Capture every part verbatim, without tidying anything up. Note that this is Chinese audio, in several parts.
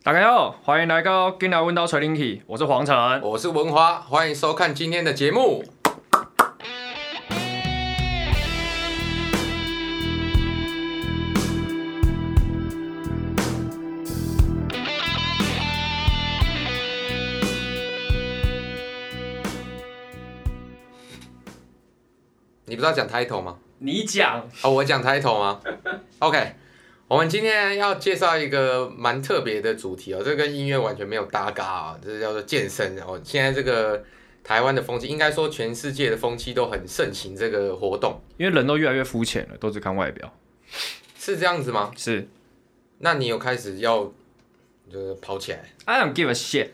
大家好，欢迎来到《今来问到锤灵体》，我是黄晨， 我是文华，欢迎收看今天的节目。你不是要讲 title 吗？ 你讲哦，我讲 title 吗 ？OK， 我们今天要介绍一个蛮特别的主题哦，这跟音乐完全没有搭嘎啊，这叫做健身哦。现在这个台湾的风气，应该说全世界的风气都很盛行这个活动， 因为人都越来越肤浅了，都只看外表， 是这样子吗？ 是。 那你有开始要就是跑起来 I don't give a shit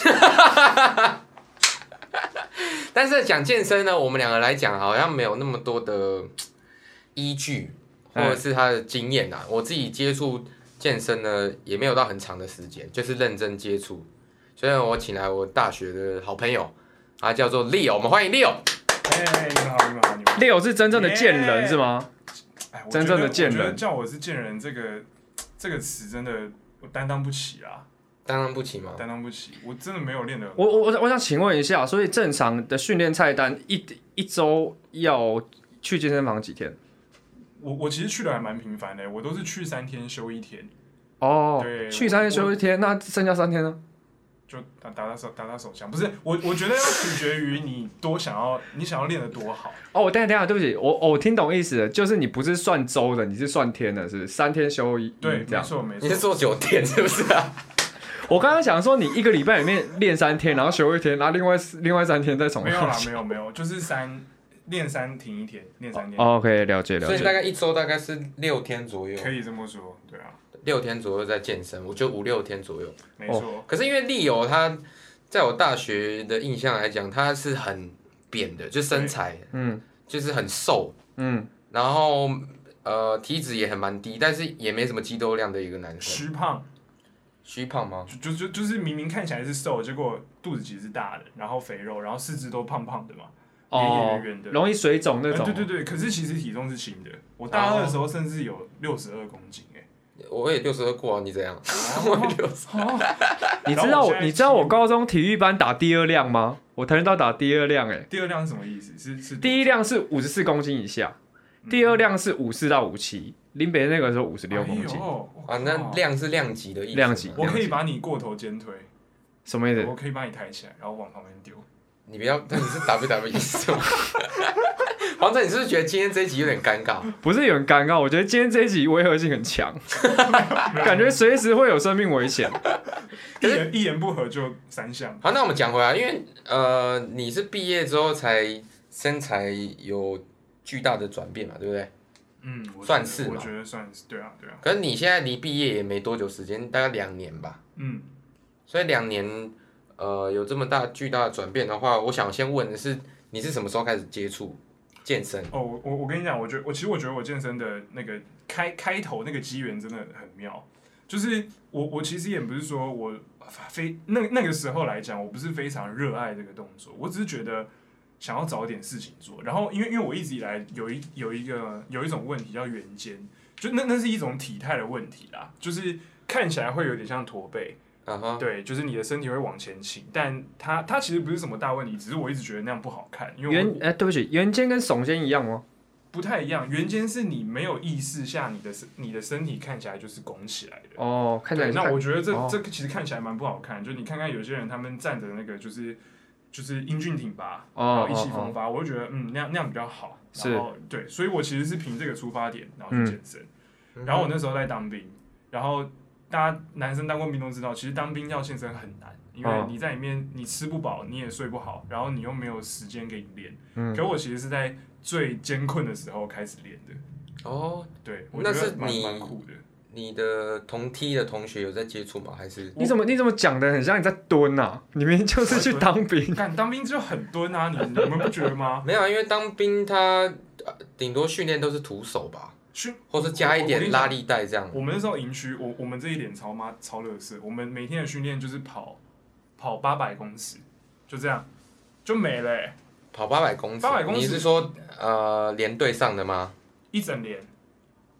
但是讲健身呢，我们两个来讲好像没有那么多的依据，或者是他的经验啊。我自己接触健身呢，也没有到很长的时间，就是认真接触。所以我请来我大学的好朋友，他叫做 Leo， 我们欢迎 Leo。 哎，你们好，你们好，你们好。 Leo 是真正的健人是吗？ 哎， 真正的健人。 我觉得叫我是健人这个这个词真的我担当不起啦。 担当不起吗？ 担当不起，我真的没有练的。 我我我想请问一下，所以正常的训练菜单一一周要去健身房几天？ 我我其实去的还蛮频繁的，我都是去三天休一天。 哦， 对， 去三天休一天，那剩下三天呢？ 就打打打手打打手枪，不是我我觉得要取决于你多想要，你想要练得多好。 哦，我等一下等一下，对不起，我我听懂意思了，就是你不是算周的，你是算天的，是不是？三天休一， 对， 这样没错没错。 你是做九天是不是啊？ 我刚刚想说，你一个礼拜里面练三天，然后休一天，然后另外另外三天再重。 没有啦，没有没有，就是三练三停一天，练三天。 哦 OK， 了解了解。 所以大概一周大概是六天左右， 可以这么说，对啊， 六天左右在健身，我觉得五六天左右。 没错。 哦、可是因为利友他在我大学的印象来讲，他是很扁的，就身材，嗯，就是很瘦，嗯，然后呃体脂也很蛮低，但是也没什么肌肉量的一个男生。 虚胖。 虚胖吗？ 就就就是明明看起来是瘦，结果肚子其实是大的，然后肥肉，然后四肢都胖胖的嘛， 哦， 圆圆的， 容易水肿那种、 呃。对对对，可是其实体重是轻的，我大二的时候甚至有六十二公斤哎、 欸。我也六十二过啊，你怎样？我六十。 你知道我你知道我高中体育班打第二辆吗？我跆拳道打第二辆哎、欸。 第二辆是什么意思？是是。 第一辆是五十四公斤以下，嗯、第二辆是五四到五七。林北那个时候五十六公斤、 哎、啊，那量是量级的意思。 量级， 我可以把你过头肩推， 什么意思？ 我可以把你抬起来，然后往旁边丢。 你不要，那你是 W W E 是吗？黄晨，你是不是觉得今天这一集有点尴尬？ 不是有点尴尬，我觉得今天这一集违和性很强，感觉随时会有生命危险。 一言一言不合就三项。 好，那我们讲回来，因为呃，你是毕业之后才身材有巨大的转变嘛，对不对？ 嗯， 算是嘛， 我觉得算是，对啊，对啊。 可是你现在离毕业也没多久时间，大概两年吧。嗯。所以两年，呃，有这么大巨大的转变的话，我想先问的是，你是什么时候开始接触健身？ 哦，我我跟你讲，我觉得我其实我觉得我健身的那个开开头那个机缘真的很妙，就是我我其实也不是说我非那那个时候来讲，我不是非常热爱这个动作，我只是觉得。想要找点事情做，然后因为因为我一直以来有一有一个有一种问题叫圆肩，就那那是一种体态的问题啦，就是看起来会有点像驼背， uh-huh. 对，就是你的身体会往前倾，但它它其实不是什么大问题，只是我一直觉得那样不好看，因为圆哎、欸、对不起，圆肩跟耸肩一样吗？ 不太一样，圆肩是你没有意识下你的你的身体看起来就是拱起来的哦，看起来那我觉得这、 哦、 这其实看起来蛮不好看，就你看看有些人他们站着那个就是。就是英俊挺拔，然后意气风发， oh, oh, oh. 我就觉得嗯那样那样比较好。然后对，所以我其实是凭这个出发点，然后去健身。嗯、然后我那时候在当兵，然后大家男生当过兵都知道，其实当兵要健身很难，因为你在里面你吃不饱，你也睡不好，然后你又没有时间给你练。嗯、可我其实是在最艰困的时候开始练的。哦，对，我觉得蛮蛮酷的。 你的同梯的同学有在接触吗？还是你怎么你怎么讲的很像你在蹲啊？你明明就是去当兵， 干当兵就很蹲啊！你你们不觉得吗？ 没有啊，因为当兵他顶多训练都是徒手吧，或是加一点拉力带这样。 我, 我, 我们那时候营区，我我们这一点超妈超乐色，我们每天的训练就是跑跑八百公尺，就这样就没了、欸。 跑八百公尺，八百公尺，你是说呃连队上的吗？ 一整连。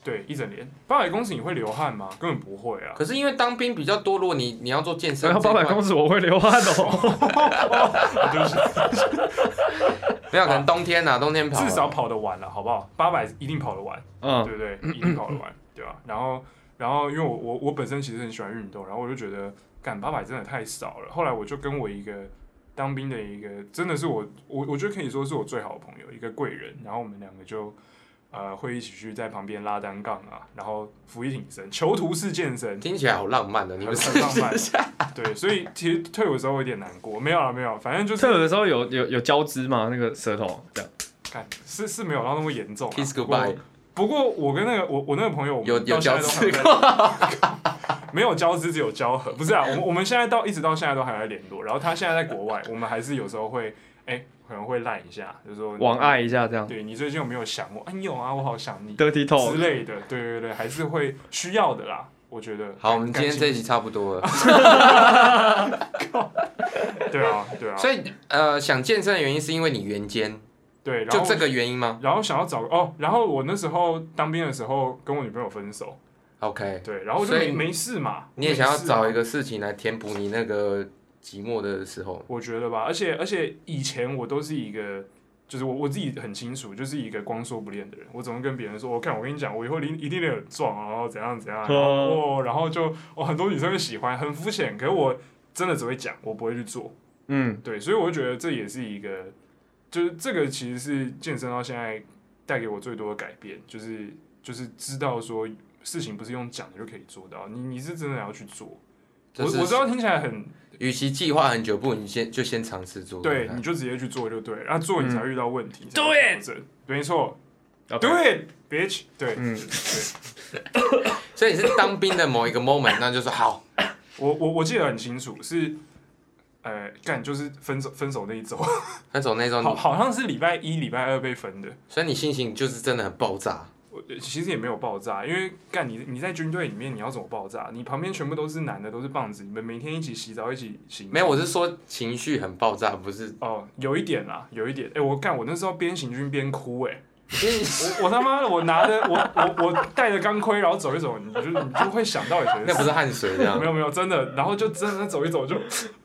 对，一整年。八百公尺你会流汗吗？根本不会啊。 可是因为当兵比较多，如果你你要做健身， 八百公尺我会流汗哦。对不起。 没有，可能冬天呐、啊，冬天跑至少跑得完了，好不好？八百一定跑得完，嗯，对不对？一定跑得完，对吧、啊？然后，然后，因为我我我本身其实很喜欢运动，然后我就觉得，干八百真的太少了。后来我就跟我一个当兵的一个，真的是我我我觉得可以说是我最好的朋友，一个贵人，然后我们两个就呃会一起去在旁边拉单杠啊，然后俯卧挺身，囚徒式健身， 听起来好浪漫的、啊，你们很浪漫。对，所以其实退伍的时候有点难过，没有了没有，反正就是退伍的时候有有有交织嘛，那个舌头这样， 看是是没有到那么严重、啊。 Kiss goodbye。 不过我跟那个我我那个朋友有有交织过，没有交织只有交合，不是啊，我们我们现在到一直到现在都还在联络，然后他现在在国外，我们还是有时候会哎、欸、可能会赖一下，就是说网爱一下这样。 对你最近有没有想我？哎、欸、有啊，我好想你 ，dirty talk 之类的，对对对，还是会需要的啦，我觉得。 好，我们今天这一集差不多了。 对啊对啊。 所以呃，想健身的原因是因为你圆肩。 对，然后就这个原因吗？ 然后想要找哦，然后我那时候当兵的时候跟我女朋友分手 ，OK， 对，然后就没没事嘛。 你也想要找一个事情来填补你那个寂寞的时候。 我觉得吧，而且而且以前我都是一个，就是我我自己很清楚，就是一个光说不练的人。我总是跟别人说，我看我跟你讲，我以后一定得很壮，然后怎样怎样，然后、哦、然后就哦很多女生会喜欢，很肤浅，可是我真的只会讲，我不会去做。嗯，对，所以我就觉得这也是一个。就是这个其实是健身到现在带给我最多的改变，就是就是知道说事情不是用讲的就可以做到，你你是真的要去做。我我知道听起来很， 与其计划很久，不如你先就先尝试做。 对，你就直接去做就对，然后做你才遇到问题。 Do it， 没错 ，Do it, bitch， 对，嗯， 对。所以你是当兵的某一个 moment， 那就是好。 我我我记得很清楚是。呃，干就是分手分手那一周， 分手那一周， 好好像是礼拜一、礼拜二被分的， 所以你心情就是真的很爆炸。 我其实也没有爆炸，因为干你你在军队里面你要怎么爆炸？你旁边全部都是男的，都是棒子，你们每天一起洗澡，一起洗。 没有，我是说情绪很爆炸，不是。 哦，有一点啦，有一点。哎、欸，我干，我那时候边行军边哭、欸，哎。我我他妈的，我拿着我我我带着钢盔，然后走一走，你就你就会想到以前。 那不是汗水这样。 没有没有，真的，然后就真的走一走就。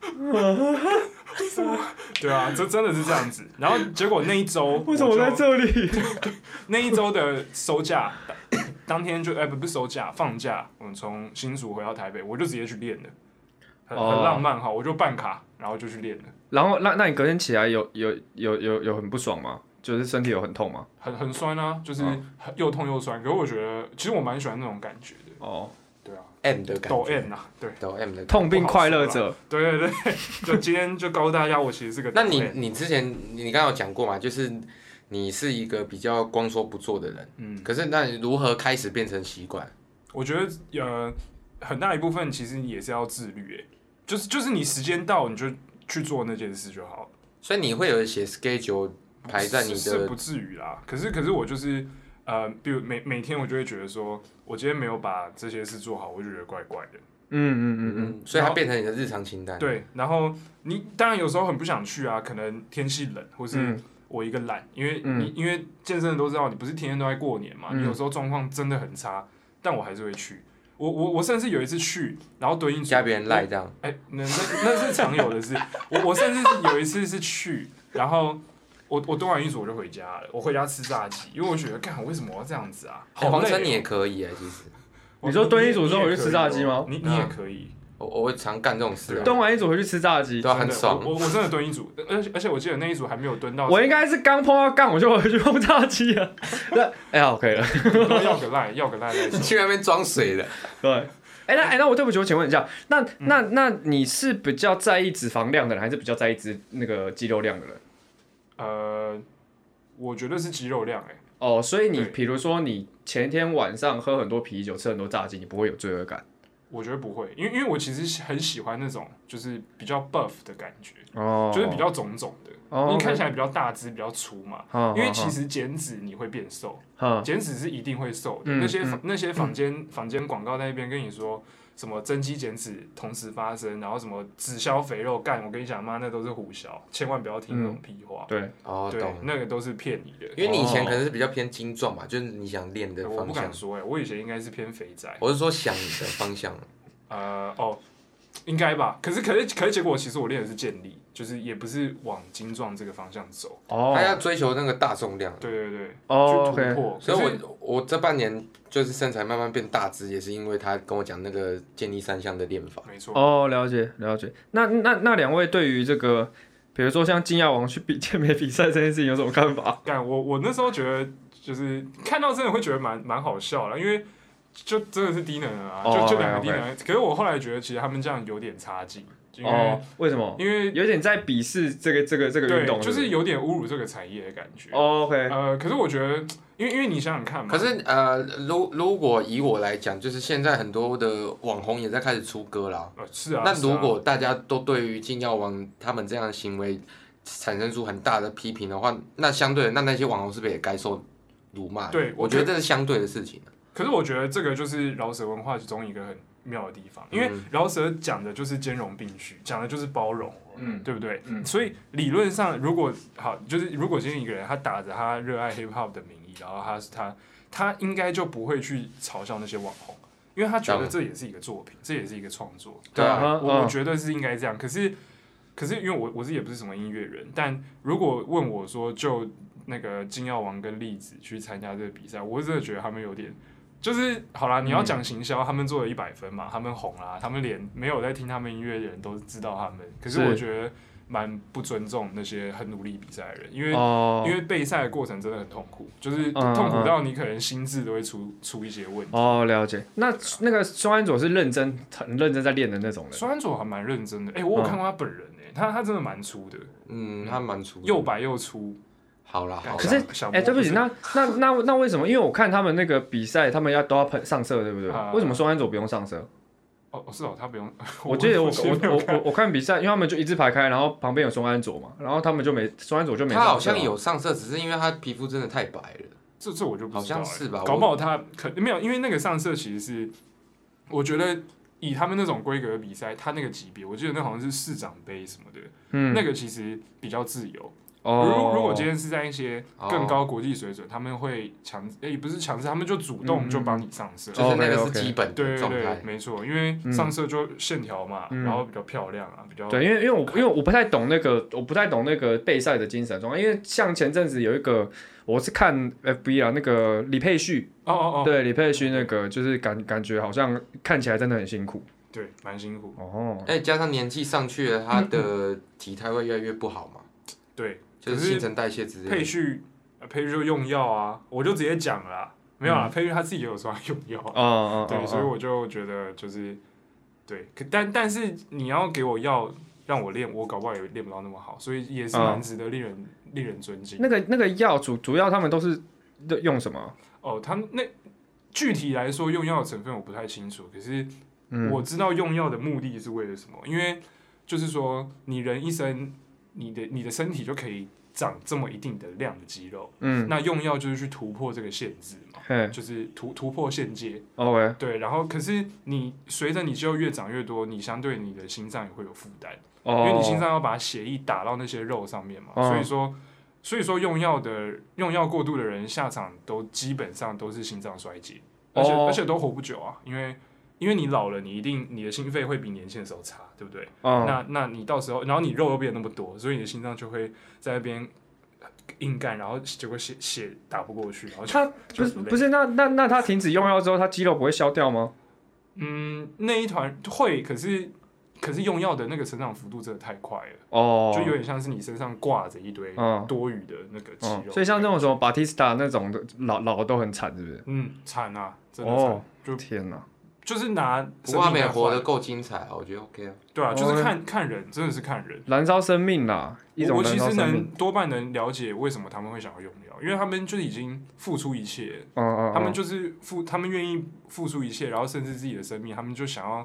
对啊，这真的是这样子。然后结果那一周， 为什么我在这里？ 那一周的收假，当天就哎、欸、不不是收假，放假，我们从新竹回到台北，我就直接去练了，很很浪漫哈，我就办卡，然后就去练了。 然后那那你隔天起来有有有有有很不爽吗？就是身体有很痛吗？ 很很酸啊，就是又痛又酸。可是我觉得，其实我蛮喜欢那种感觉的。哦，对啊 ，M 的感觉。 抖 M 啊，对， 抖 M 的痛并快乐着。 对对对，就今天就告诉大家，我其实是个。 那你你之前你刚刚有讲过嘛？就是你是一个比较光说不做的人。嗯。可是那你如何开始变成习惯？ 我觉得呃，很大一部分其实也是要自律，哎，就是就是你时间到你就去做那件事就好了。 所以你会有写 schedule。排在你的是不至于啦，可是可是我就是呃，比如每每天我就会觉得说，我今天没有把这些事做好，我就觉得怪怪的。 嗯嗯嗯嗯， 所以它变成你的日常清单。 对，然后你当然有时候很不想去啊，可能天气冷，或是我一个懒，因为你、嗯、因为健身的都知道，你不是天天都在过年嘛，嗯、你有时候状况真的很差，但我还是会去。我我我甚至有一次去，然后蹲一组， 加别人赖这样。 哎、欸，那那那是常有的事。我我甚至有一次是去，然后。我我蹲完一组我就回家了，我回家吃炸鸡，因为我觉得，干我为什么我要这样子啊？ 好累、哦。黄琛你也可以哎、欸，其实。 你说蹲一组之后回去吃炸鸡吗？ 你你也可以。 我我会常干这种事、啊。 蹲完一组回去吃炸鸡， 对、啊，很爽。 我我真的蹲一组，而且而且我记得那一组还没有蹲到。 我应该是刚碰到杠我就回去碰炸鸡了。那哎呀，可以了。 要个赖，要个赖赖。 去那边装水的。 对。哎、欸，那哎、欸，那我对不起，我请问一下，那、嗯、那那你是比较在意脂肪量的人，还是比较在意脂那个肌肉量的人？ 呃。我觉得是肌肉量哎、欸。 哦，所以你比如说你前一天晚上喝很多啤酒，吃很多炸鸡，你不会有罪恶感？ 我觉得不会，因为因为我其实很喜欢那种就是比较 buff 的感觉，哦，就是比较肿肿的，哦、因为看起来比较大只、比较粗嘛。哦、因为其实减脂你会变瘦，减、哦、脂是一定会瘦的。嗯、那些、嗯、那些坊间坊间广告在那边跟你说， 什么增肌减脂同时发生，然后什么只消肥肉干，我跟你讲妈那都是胡销，千万不要听那种屁话。 嗯、对， 哦， 对， 懂， 那个都是骗你的。 因为你以前可能是比较偏精壮嘛，就是你想练的方向。 我不敢说哎、欸，我以前应该是偏肥仔。 我是说想的方向。 呃哦。应该吧，可是可是可是结果其实我练的是健力，就是也不是往精壮这个方向走。 哦， 他要追求那个大重量。 对对对， 哦， 去突破。 所以我我这半年就是身材慢慢变大只，也是因为他跟我讲那个健力三项的练法。 没错。 哦，了解了解。那那那两位对于这个，比如说像金耀王去比健美比赛这件事情有什么看法？ 干我我那时候觉得就是看到真的会觉得蛮蛮好笑的，因为。就真的是低能啊，就、oh, 就两个低能。Okay, okay. 可是我后来觉得，其实他们这样有点差劲。因为、 oh, 为什么？ 因为有点在鄙视这个这个这个运动， 对，就是有点侮辱这个产业的感觉。 Oh, OK， 呃，可是我觉得，因为因为你想想看嘛。 可是呃，如如果以我来讲，就是现在很多的网红也在开始出歌啦。 呃，是啊。 那如果大家都对于金耀王他们这样的行为产生出很大的批评的话，那相对的，那那些网红是不是也该受辱骂？ 对， 我觉得这是相对的事情。 可是我觉得这个就是饶舌文化其中一个很妙的地方，因为饶舌讲的就是兼容并蓄，讲的就是包容，嗯，对不对？嗯，所以理论上，如果好，就是如果今天一个人他打着他热爱 hip hop 的名义，然后他他他应该就不会去嘲笑那些网红，因为他觉得这也是一个作品，这也是一个创作，对啊，我我觉得是应该这样。可是可是因为我我自己也不是什么音乐人，但如果问我说就那个金耀王跟栗子去参加这个比赛，我真的觉得他们有点。就是好啦，你要讲行销，他们做了一百分嘛，他们红啦，他们连没有在听他们音乐的人都知道他们。可是我觉得蛮不尊重那些很努力比赛的人，因为、哦、因为备赛的过程真的很痛苦，就是痛苦到你可能心智都会出出一些问题。 哦，了解。那那个双安佐是认真很认真在练的那种人。 双安佐还蛮认真的，哎、欸，我有看过他本人哎、欸，他他真的蛮粗的， 嗯，他蛮粗， 又白又粗。 好啦，好啦。 可是，哎、欸，对不起，那那那那为什么？因为我看他们那个比赛，他们要都要喷上色，对不对？啊、为什么双安佐不用上色？ 哦，是哦，他不用。 我记得我我我我我看比赛，因为他们就一字排开，然后旁边有双安佐嘛，然后他们就没双安佐就没上色。 他好像有上色，只是因为他皮肤真的太白了。 这这我就不知道、欸， 好像是吧？ 搞不好他可没有，因为那个上色其实是，我觉得以他们那种规格的比赛，他那个级别，我记得那好像是市长杯什么的，嗯，那个其实比较自由。 哦、 如如果今天是在一些更高国际水准，哦、他们会强，也、欸、不是强制，他们就主动就帮你上色， 嗯、就是那个是基本的状态。对对对，没错，因为上色就线条嘛，嗯、然后比较漂亮啊，比较对，因为因为我因为我不太懂那个，我不太懂那个备赛的精神状况，因为像前阵子有一个，我是看 F B 啊，那个李佩旭， 哦哦哦， 对，李佩旭那个就是感感觉好像看起来真的很辛苦。 对，蛮辛苦。 哦， 哎，加上年纪上去了，他的体态会越来越不好嘛。 对。 就是新陈代谢之类的。 佩旭，佩旭就用药啊，我就直接讲了啦，没有啦，嗯、佩旭他自己也有说他用药、啊， 哦、 对， 哦、 所以我就觉得就是对，但但是你要给我药让我练，我搞不好也练不到那么好，所以也是蛮值得令人、哦、令人尊敬。 那个那个药主主要他们都是用什么？ 哦，他那具体来说用药的成分我不太清楚，可是我知道用药的目的是为了什么，因为就是说你人一生。你的你的身体就可以长这么一定的量的肌肉，嗯，那用药就是去突破这个限制嘛，就是突突破限界 ，OK， 对，然后可是你随着你肌肉越长越多，你相对你的心脏也会有负担，哦，因为你心脏要把血液打到那些肉上面嘛，哦、所以说所以说用药的用药过度的人下场都基本上都是心脏衰竭，而且、哦、而且都活不久啊，因为。因为你老了，你一定你的心肺会比年轻的时候差，对不对？哦、那那你到时候，然后你肉又变那么多，所以你的心脏就会在那边硬干，然后结果血血打不过去，然后就他不是不是那那那他停止用药之后，他肌肉不会消掉吗？ 嗯，那一团会，可是可是用药的那个成长幅度真的太快了， 哦， 就有点像是你身上挂着一堆多余的那个肌肉， 哦、所以像那种什么 Batista 那种的老老都很惨，是不是？ 嗯，惨啊，真的惨， 哦、就天哪！ 就是拿不过他们也活得够精彩，我觉得 OK 啊。 对啊，就是看、哦、看人，真的是看人。 燃烧生命啦，一种我其实能多半能了解为什么他们会想要用药，因为他们就是已经付出一切，嗯嗯嗯他们就是付，他们愿意付出一切，然后甚至自己的生命，他们就想要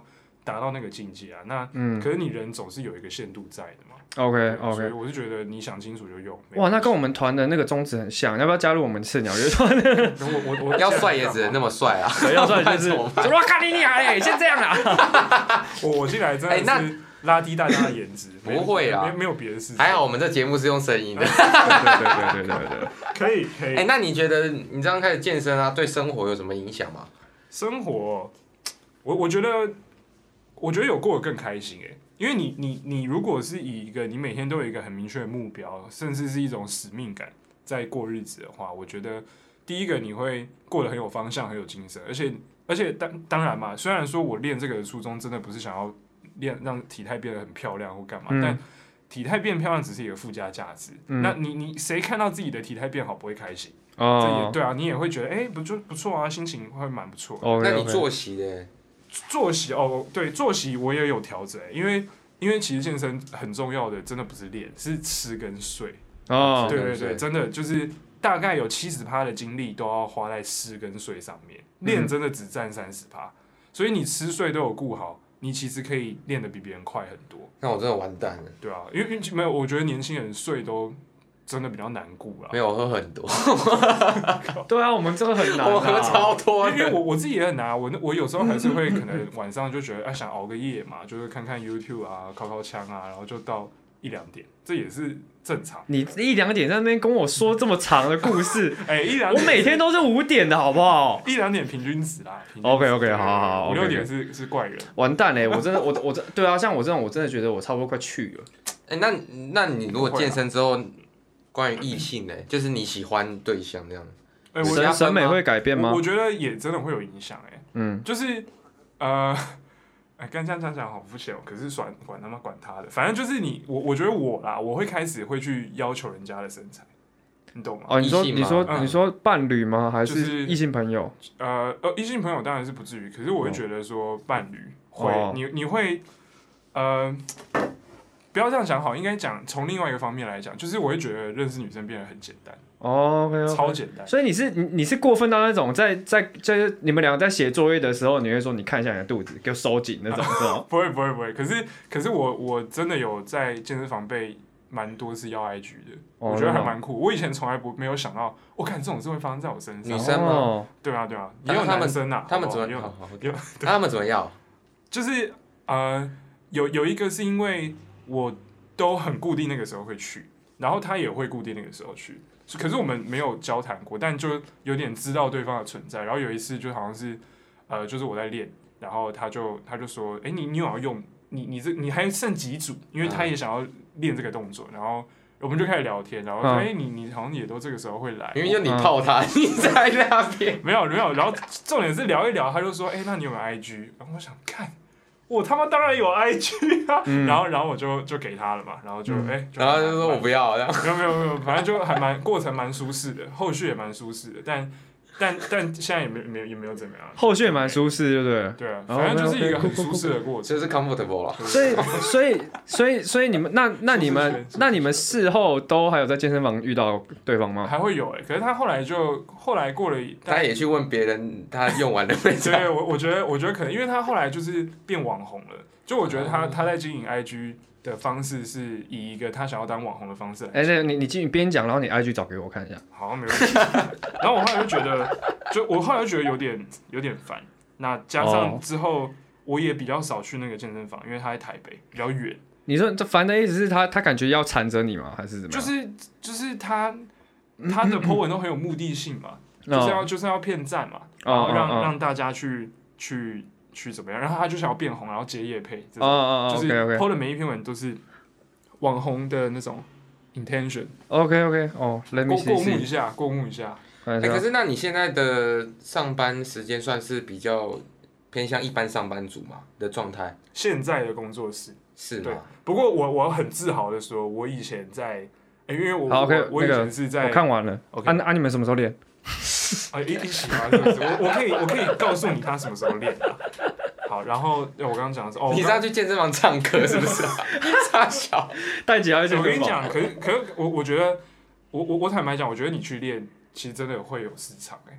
达到那个境界啊。那、 嗯、 可是你人总是有一个限度在的嘛。 OK OK， 所以我是觉得你想清楚就用。 哇，那跟我们团的那个宗旨很像，要不要加入我们赤鸟乐团？ 我我我要帅也只能那么帅啊， 要帅就是我看你俩嘞，先这样啊。 我我进来真的是拉低大家的颜值， 不会啊， 没没有别的事情。 还好我们这节目是用声音的。 对对对对对对对， 可以可以。 哎，那你觉得你这样开始健身啊，对生活有什么影响吗？ 生活，我我觉得我觉得有过得更开心哎。因为你你你如果是以一个你每天都有一个很明确的目标，甚至是一种使命感在过日子的话，我觉得第一个你会过得很有方向，很有精神，而且而且当当然嘛，虽然说我练这个的初衷真的不是想要练让体态变得很漂亮或干嘛，嗯、但体态变漂亮只是一个附加价值。嗯、那你你谁看到自己的体态变好不会开心？哦，这也对啊，你也会觉得哎、欸、不就不错啊，心情会蛮不错的。 Okay, okay. 那你作息的？ 作息哦，对，作息我也有调整，因为因为其实健身很重要的，真的不是练，是吃跟睡。哦，对对对，真的就是大概有七十趴的精力都要花在吃跟睡上面，练真的只占三十趴，所以你吃睡都有顾好，你其实可以练得比别人快很多。 那我真的完蛋了。 对啊，因为没有，我觉得年轻人睡都真的比较难顾啦。 没有，我喝很多。 对啊，我们这个很难、啊。 我喝超多， 因为我我自己也很难、啊。我我有时候还是会可能晚上就觉得啊想熬个夜嘛，就是看看 YouTube 啊，敲敲枪啊，然后就到一两点，这也是正常。 你一两点在那边跟我说这么长的故事， 哎、欸，一两我每天都是五点的好不好？ 一两点平均值啦。均值 OK OK， 好好好， 五六点是是怪人。 完蛋嘞！我真的我我对啊，像我这种我真的觉得我差不多快去了。 哎、欸，那那你如果健身之后？关于异性呢，就是你喜欢对象这样， 欸、 审审美会改变吗？ 我, 我觉得也真的会有影响哎，嗯，就是呃，哎，刚这样讲讲好肤浅哦，可是管管他妈管他的，反正就是你我我觉得我啦，我会开始会去要求人家的身材，你懂吗？ 哦，你说你说、嗯、你说伴侣吗？还是异性朋友？ 就是、呃呃，异性朋友当然是不至于，可是我会觉得说伴侣会，哦、你你会呃。不要这样讲好，应该讲从另外一个方面来讲，就是我会觉得认识女生变得很简单， 哦、oh, okay, okay. 超简单。 所以你是你你是过分到那种在在就是你们两个在写作业的时候，你会说你看一下你的肚子，给我收紧那种，是吗？ 不会不会不会，可是可是我我真的有在健身房被蛮多次要 I G 的， oh, 我觉得还蛮酷。我以前从来不没有想到，我看这种事会发生在我身上。 女生吗？ 哦、对啊对啊，也有男生啊， 他们怎么有有？他们怎么要？ 就是呃有有一个是因为我。都很固定那个时候会去，然后他也会固定那个时候去，可是我们没有交谈过，但就有点知道对方的存在。然后有一次就好像是，呃，就是我在练，然后他就他就说，哎、欸，你你有要用，你你这你还剩几组？因为他也想要练这个动作，然后我们就开始聊天，然后说，哎、嗯欸，你你好像也都这个时候会来， 明明就你套他，嗯、你在那边没有没有，然后重点是聊一聊，他就说，哎、欸，那你有没有 I G？ 然后我想看。我他妈当然有 I G 啊，嗯、然后然后我就就给他了嘛，然后就哎，欸、 然后就说我不要，这样没有没有没有，反正就还蛮过程蛮舒适的，后续也蛮舒适的，但但但现在也没没也没有怎么样， 后续也蛮舒适，对不对？ 对啊，反正就是一个很舒适的过程， 就是 comfortable 啦。 所以所以所以所以你们那那你们那你们事后都还有在健身房遇到对方吗？ 还会有哎、欸，可是他后来就后来过了， 他也去问别人他用完了没？ 对，我我觉得我觉得可能因为他后来就是变网红了，就我觉得他他在经营 I G 的方式是以一个他想要当网红的方式来。 哎、欸，你你继续边讲，然后你 I G 找给我看一下。 好，没问题。然后我后来就觉得，就我后来就觉得有点有点烦。那加上之后，我也比较少去那个健身房，因为他在台北，比较远。 你说这烦的意思是他他感觉要缠着你吗？还是怎么样？ 就是就是他他的 po 文都很有目的性嘛，嗯、就是要就是要骗赞嘛，然后让、哦、让大家去去。去怎么样？然后他就想要变红，然后接业配，这种、oh, oh, oh, 就是 po 的每一篇文都是网红的那种 intention。OK OK 哦、oh, ，Let me see。 过目一下，过目一下。 哎、欸，可是那你现在的上班时间算是比较偏向一般上班族嘛的状态？ 现在的工作室是吗？ 不过我我很自豪的说，我以前在，欸、因为我好 OK， 我, 我以前是在、 那個、我看完了。 OK， 啊啊，你们什么时候练？ 啊，一一起吗？是不是？我我可以我可以告诉你他什么时候练的。好，然后我刚刚讲的是哦， 你是要去健身房唱歌是不是？差小带几要去健身房。 我跟你讲，可是可是我我觉得，我我我坦白讲，我觉得你去练，其实真的会有市场哎、欸。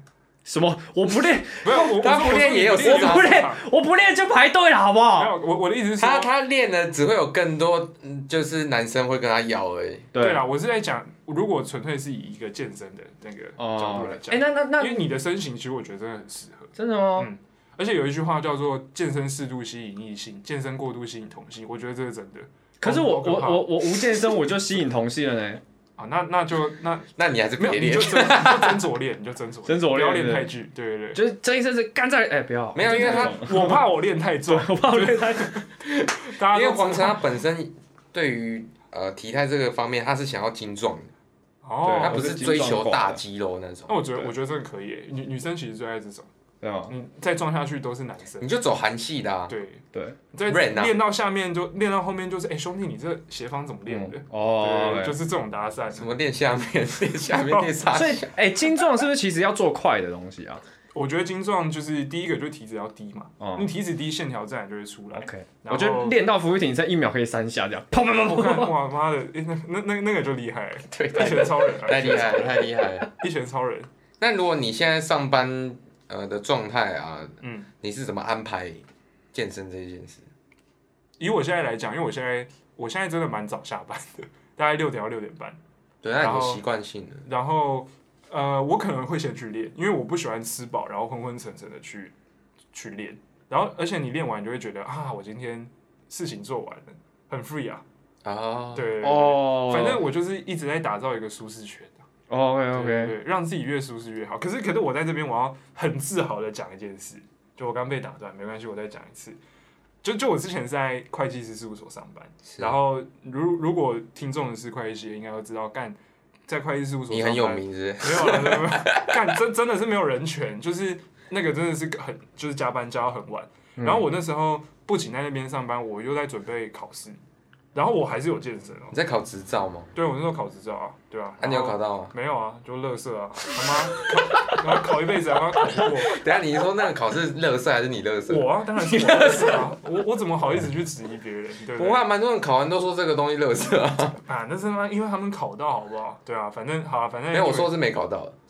什么？我不练， 不是我， 他不练也有市场我不练，我不练就排队了，好不没好？ 有，我我的意思是说， 他他练了只会有更多，嗯就是男生会跟他要而已。 对啦，我是在讲，如果纯粹是以一个健身的那个角度来讲， 哎、那那那， 因为你的身形其实我觉得真的很适合。 真的吗？ 嗯，而且有一句话叫做“健身适度吸引异性，健身过度吸引同性”，我觉得这是真的。 可是我好可怕我我我无健身我就吸引同性了呢。 啊，那那就那那你还是没有， 别练你就。斟你就斟酌练，你就斟酌斟酌练不要练对太剧，对对对。 就是这一身是干在哎、不要， 没有因为他我怕我练太重， 我怕我练太重。 大家都因为黄晨他知道本身对于呃体态这个方面，他是想要精壮的， 哦， 他不是追求大肌肉那种。 那我觉得对我觉得这个可以耶，女女生其实最爱这种， 对啊， 你再撞下去都是男生你。就走韩系的啊。 对对， 你再 Rain 啊练到下面就练到后面就是，哎兄弟，你这斜方怎么练的？ 哦， 对，就是这种搭讪。 什么练下面，练下面，练上所以哎、精壮是不是其实要做快的东西啊？ 我觉得精壮就是第一个就是体脂要低嘛， 哦你体脂低，线条自然就会出来。 OK， 然后我觉得练到俯卧撑一秒可以三下这样，砰砰砰我看砰砰。 哇妈的，诶那那那那个就厉害了， 对， 一拳超人啊， 太厉害了，太厉害了。 一拳超人。 那如果你现在上班呃的状态啊， 嗯， 你是怎么安排健身这件事？ 以我现在来讲，因为我现在我现在真的蛮早下班的，大概六点到六点半。 对，那然后你习惯性的。 然后呃，我可能会先去练，因为我不喜欢吃饱然后昏昏沉沉的去去练。然后而且你练完就会觉得啊，我今天事情做完了，很 free 啊。 哦， 对对对哦， 反正我就是一直在打造一个舒适圈。 哦 OK 对 OK， 对对，让自己越舒适越好。可是，可是我在这边，我要很自豪的讲一件事，就我刚被打断，没关系，我再讲一次。就就我之前是在会计师事务所上班， 是然后如如果听众是会计系，应该都知道，干在会计事务所你上班很有名是不是？ 没有了，没有没有，干真真的是没有人权，就是那个真的是很就是加班加到很晚。 嗯然后我那时候不仅在那边上班，我又在准备考试，然后我还是有健身哦。 你在考执照吗？ 对，我那时候考执照啊，对啊。 啊，你有然后考到吗？ 没有啊，就乐色啊，他妈，然后考一辈子，然后考不过。 等一下你说那个考试乐色还是你乐色？ 我啊，当然是我乐色啊，我我怎么好意思去质疑别人，对不对？ 不会，蛮多人考完都说这个东西乐色啊。 啊，那是他妈，因为他们考到，好不好？对啊，反正好啊，反正没有，我说是没考到的。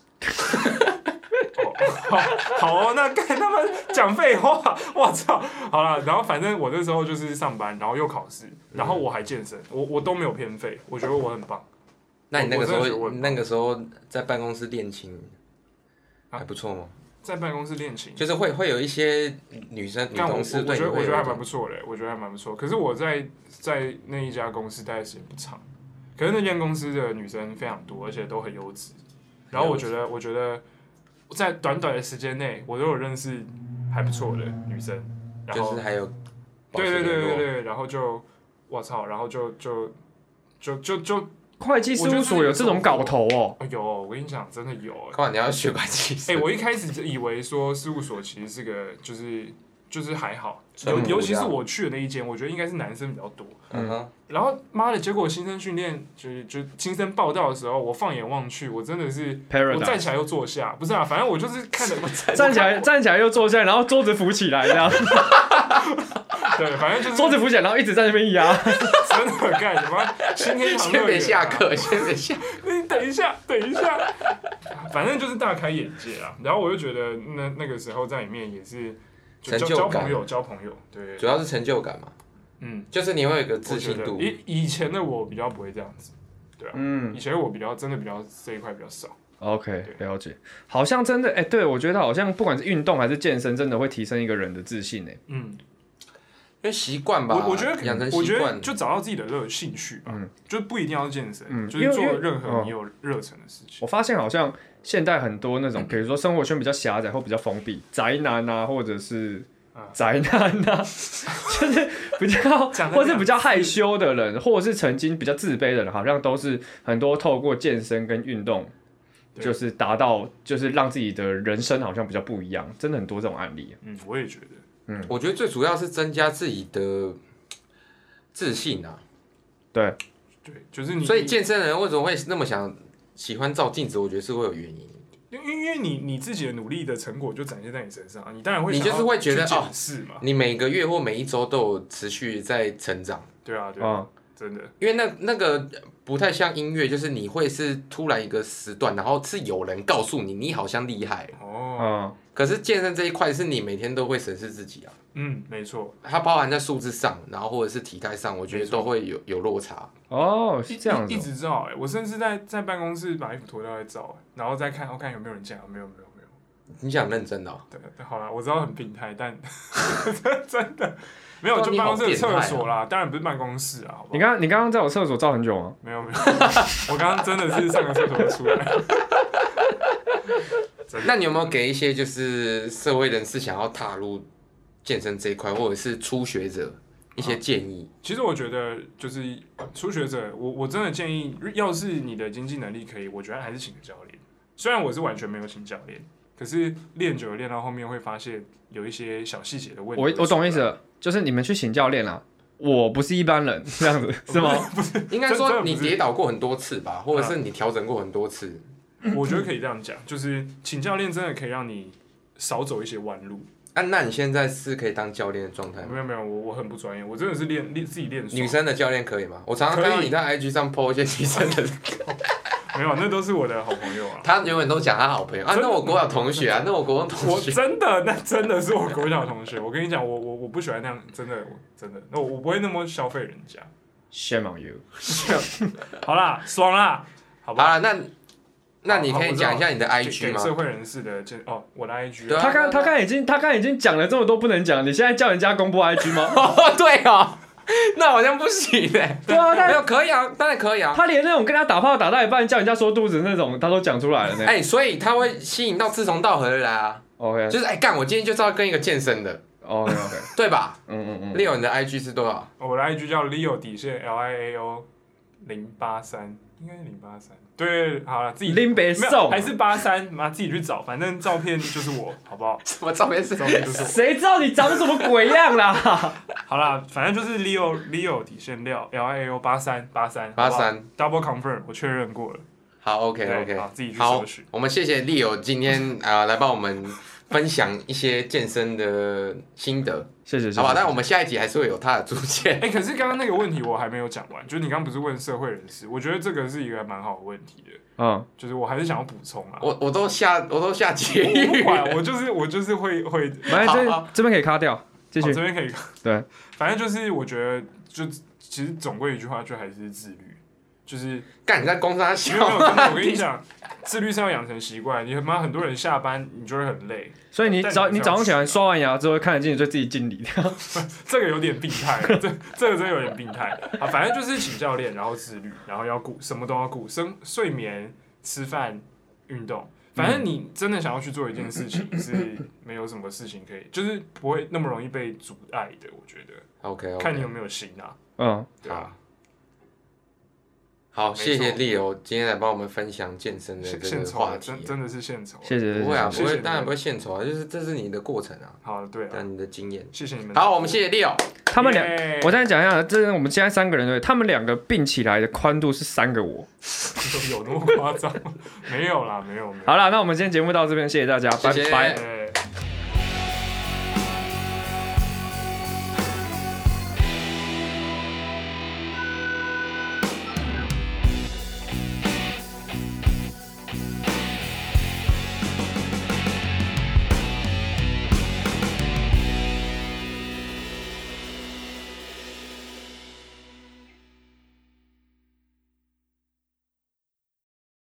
好好哦，那跟他们讲废话，我操！好了，然后反正我那时候就是上班，然后又考试，然后我还健身，我我都没有偏废，我觉得我很棒。 那你那个时我真的觉得我很棒候那个时候在办公室练琴啊还不错吗？ 在办公室练琴， 就是会会有一些女生女但我我同事对你我觉得我觉得还蛮会有一种不错的，我觉得还蛮不错。可是我在在那一家公司待的时间不长，可是那间公司的女生非常多，而且都很优质。然后我觉得，我觉得在短短的时间内，我都有认识还不错的女生。然后就是还有保对对持联络对对对，然后就我操，然后就就就就就会计事务所有这种搞头哦。 哎呦，我跟你讲，真的有哎、 靠，你要学会计师。 哎、我一开始就以为说事务所其实是个就是就是还好， 淳朴尤尤其是这样我去的那一间，我觉得应该是男生比较多。 嗯哼， 然后妈的，结果新生训练就就新生报道的时候，我放眼望去，我真的是我站 Paradise 起来又坐下，不是啊，反正我就是看着站起来，站起来又坐下，然后桌子扶起来，这样对，反正就是桌子扶起来，然后一直在那边压。 真的干什么新天堂先别乐园啊下课，先别下。 你等一下，等一下，反正就是大开眼界啊。然后我就觉得那那个时候在里面也是就交成就感交朋友，交朋友，对， 主要是成就感嘛， 嗯， 就是你会有一个我觉得自信度。 以以前的我比较不会这样子，对啊， 嗯以前我比较真的比较这一块比较少。 ，OK，了解。好像真的，哎、对我觉得好像不管是运动还是健身，真的会提升一个人的自信，哎， 嗯， 因为习惯吧， 我我觉得养成我觉得习惯， 就找到自己的热兴趣吧， 嗯就不一定要健身， 嗯就是因为因为做任何嗯你有热忱的事情。 我发现好像现代很多那种，比如说生活圈比较狭窄或比较封闭，宅男啊，或者是嗯宅男啊，就是比较讲得或是比较害羞的人，或者是曾经比较自卑的人，好像都是很多透过健身跟运动， 对就是达到，就是让自己的人生好像比较不一样，真的很多这种案例。 嗯，我也觉得， 我觉得最主要是增加自己的自信啊。 对， 对，就是你， 所以健身的人为什么会那么想喜欢照镜子？我觉得是会有原因。 因为因为你你自己的努力的成果就展现在你身上，你当然会你就是会觉得想要去检视嘛， 你每个月或每一周都有持续在成长。 对啊对啊， 嗯， 真的， 因为那那个不太像音乐，就是你会是突然一个时段，然后是有人告诉你你好像厉害哦， 嗯， 可是健身这一块是你每天都会审视自己啊， 嗯，没错， 它包含在数字上，然后或者是体态上，我觉得都会有有落差。 哦，是这样子、 一哦， 一直照哎、欸，我甚至在在办公室把衣服脱掉再照、欸，然后再看，我、哦、看有没有人进来，没有没有没有。 你想认真的、哦？ 对对，好了，我知道很病态，但真的没有，就你好办公室的变态啊厕所啦，当然不是办公室啊，好不好？ 你刚你刚刚在我厕所照很久吗？ 没有没有，我刚刚真的是上个厕所就出来。 那你有没有给一些就是社会人士想要踏入健身这一块，或者是初学者一些建议？ 其实我觉得就是初学者，我我真的建议，要是你的经济能力可以，我觉得还是请个教练。虽然我是完全没有请教练，可是练久了练到后面会发现有一些小细节的问题。 我我懂意思了，就是你们去请教练啦。我不是一般人，这样子是吗？ 不是， 应该说你跌倒过很多次吧，或者是你调整过很多次。 我觉得可以这样讲，就是请教练真的可以让你少走一些弯路。 啊，那你现在是可以当教练的状态吗？ 没有没有，我我很不专业，我真的是练练自己练。 女生的教练可以吗？我常常看到你在 I G 上 po 一些女生的， 没有，那都是我的好朋友啊。 他永远都讲他好朋友啊，那我国小同学啊，那我国中同我学。 真的，那真的是我国小同学。我跟你讲，我我我不喜欢那样，真的，我真的，那我我不会那么消费人家。 Shame on you！ 好啦，爽啦，好吧。 好了，那那你可以讲一下你的 I G 吗？ 给社会人士的建哦，我的 I G。 对啊他刚他刚已经他刚已经讲了这么多不能讲，你现在叫人家公布 I G 吗？ 哦，对哦，那好像不行哎。 对啊， 没有但可以啊，当然可以啊。 他连那种跟他打炮打到一半叫人家说肚子那种，他都讲出来了呢。 哎、所以他会吸引到志同道合的人来啊。 OK， 就是哎干，我今天就是要跟一个健身的， OK OK， 对吧？ 嗯嗯嗯。 Leo，你的 I G 是多少？ 我的 I G 叫 Leo 底线 L I A O 零八三，应该是零八三。对，好了，自己林北没有瘦还是八三，妈自己去找，反正照片就是我，好不好？ 什么照片是？ 照片就是我。 谁知道你长什么鬼样啦？ 好啦，反正就是 Leo Leo 底线料 L I A O 八三八三八三 double confirm， 我确认过了。 好 ，OK 对 OK， 好自己去好搜寻， 我们谢谢 Leo 今天啊、呃、来帮我们分享一些健身的心得， 谢谢，谢谢好吧？但我们下一集还是会有他的出现。 哎、欸，可是刚刚那个问题我还没有讲完，就是你刚刚不是问社会人士，我觉得这个是一个蛮好的问题的， 嗯， 就是我还是想要补充啊。 我我都下我都下结我不语管，我就是我就是会会， 反正这好这边可以卡掉，继续好。这边可以， 对， 反正就是我觉得就其实总归一句话，就还是自律，就是干你在攻杀没小， 有没有，真的我跟你讲，自律是要养成习惯。你他妈很多人下班你就会很累， 所以你早但你你早上起来刷完牙之后看着镜子就自己敬礼， 这个有点病态，这这个真的有点病态啊。反正就是请教练，然后自律，然后要顾什么都要顾，生睡眠、吃饭、运动。反正你真的想要去做一件事情，是没有什么事情可以，就是不会那么容易被阻碍的。我觉得 OK， 看你有没有心啊。 嗯， 对啊， 好， 没错谢谢 Leo 今天来帮我们分享健身的这献丑了， 个话题真。真的是献丑了。 谢谢， 不会啊，不会， 谢谢你当然不会献丑啊，就是这是你的过程啊， 好，对啊， 但你的经验。 谢谢你们。 好，我们谢谢 Leo。 他们两， 耶我再讲一下，这是我们现在三个人对，他们两个并起来的宽度是三个我。 有那么夸张？没有啦，没有。没有好了，那我们今天节目到这边，谢谢大家， 谢谢拜拜。 哎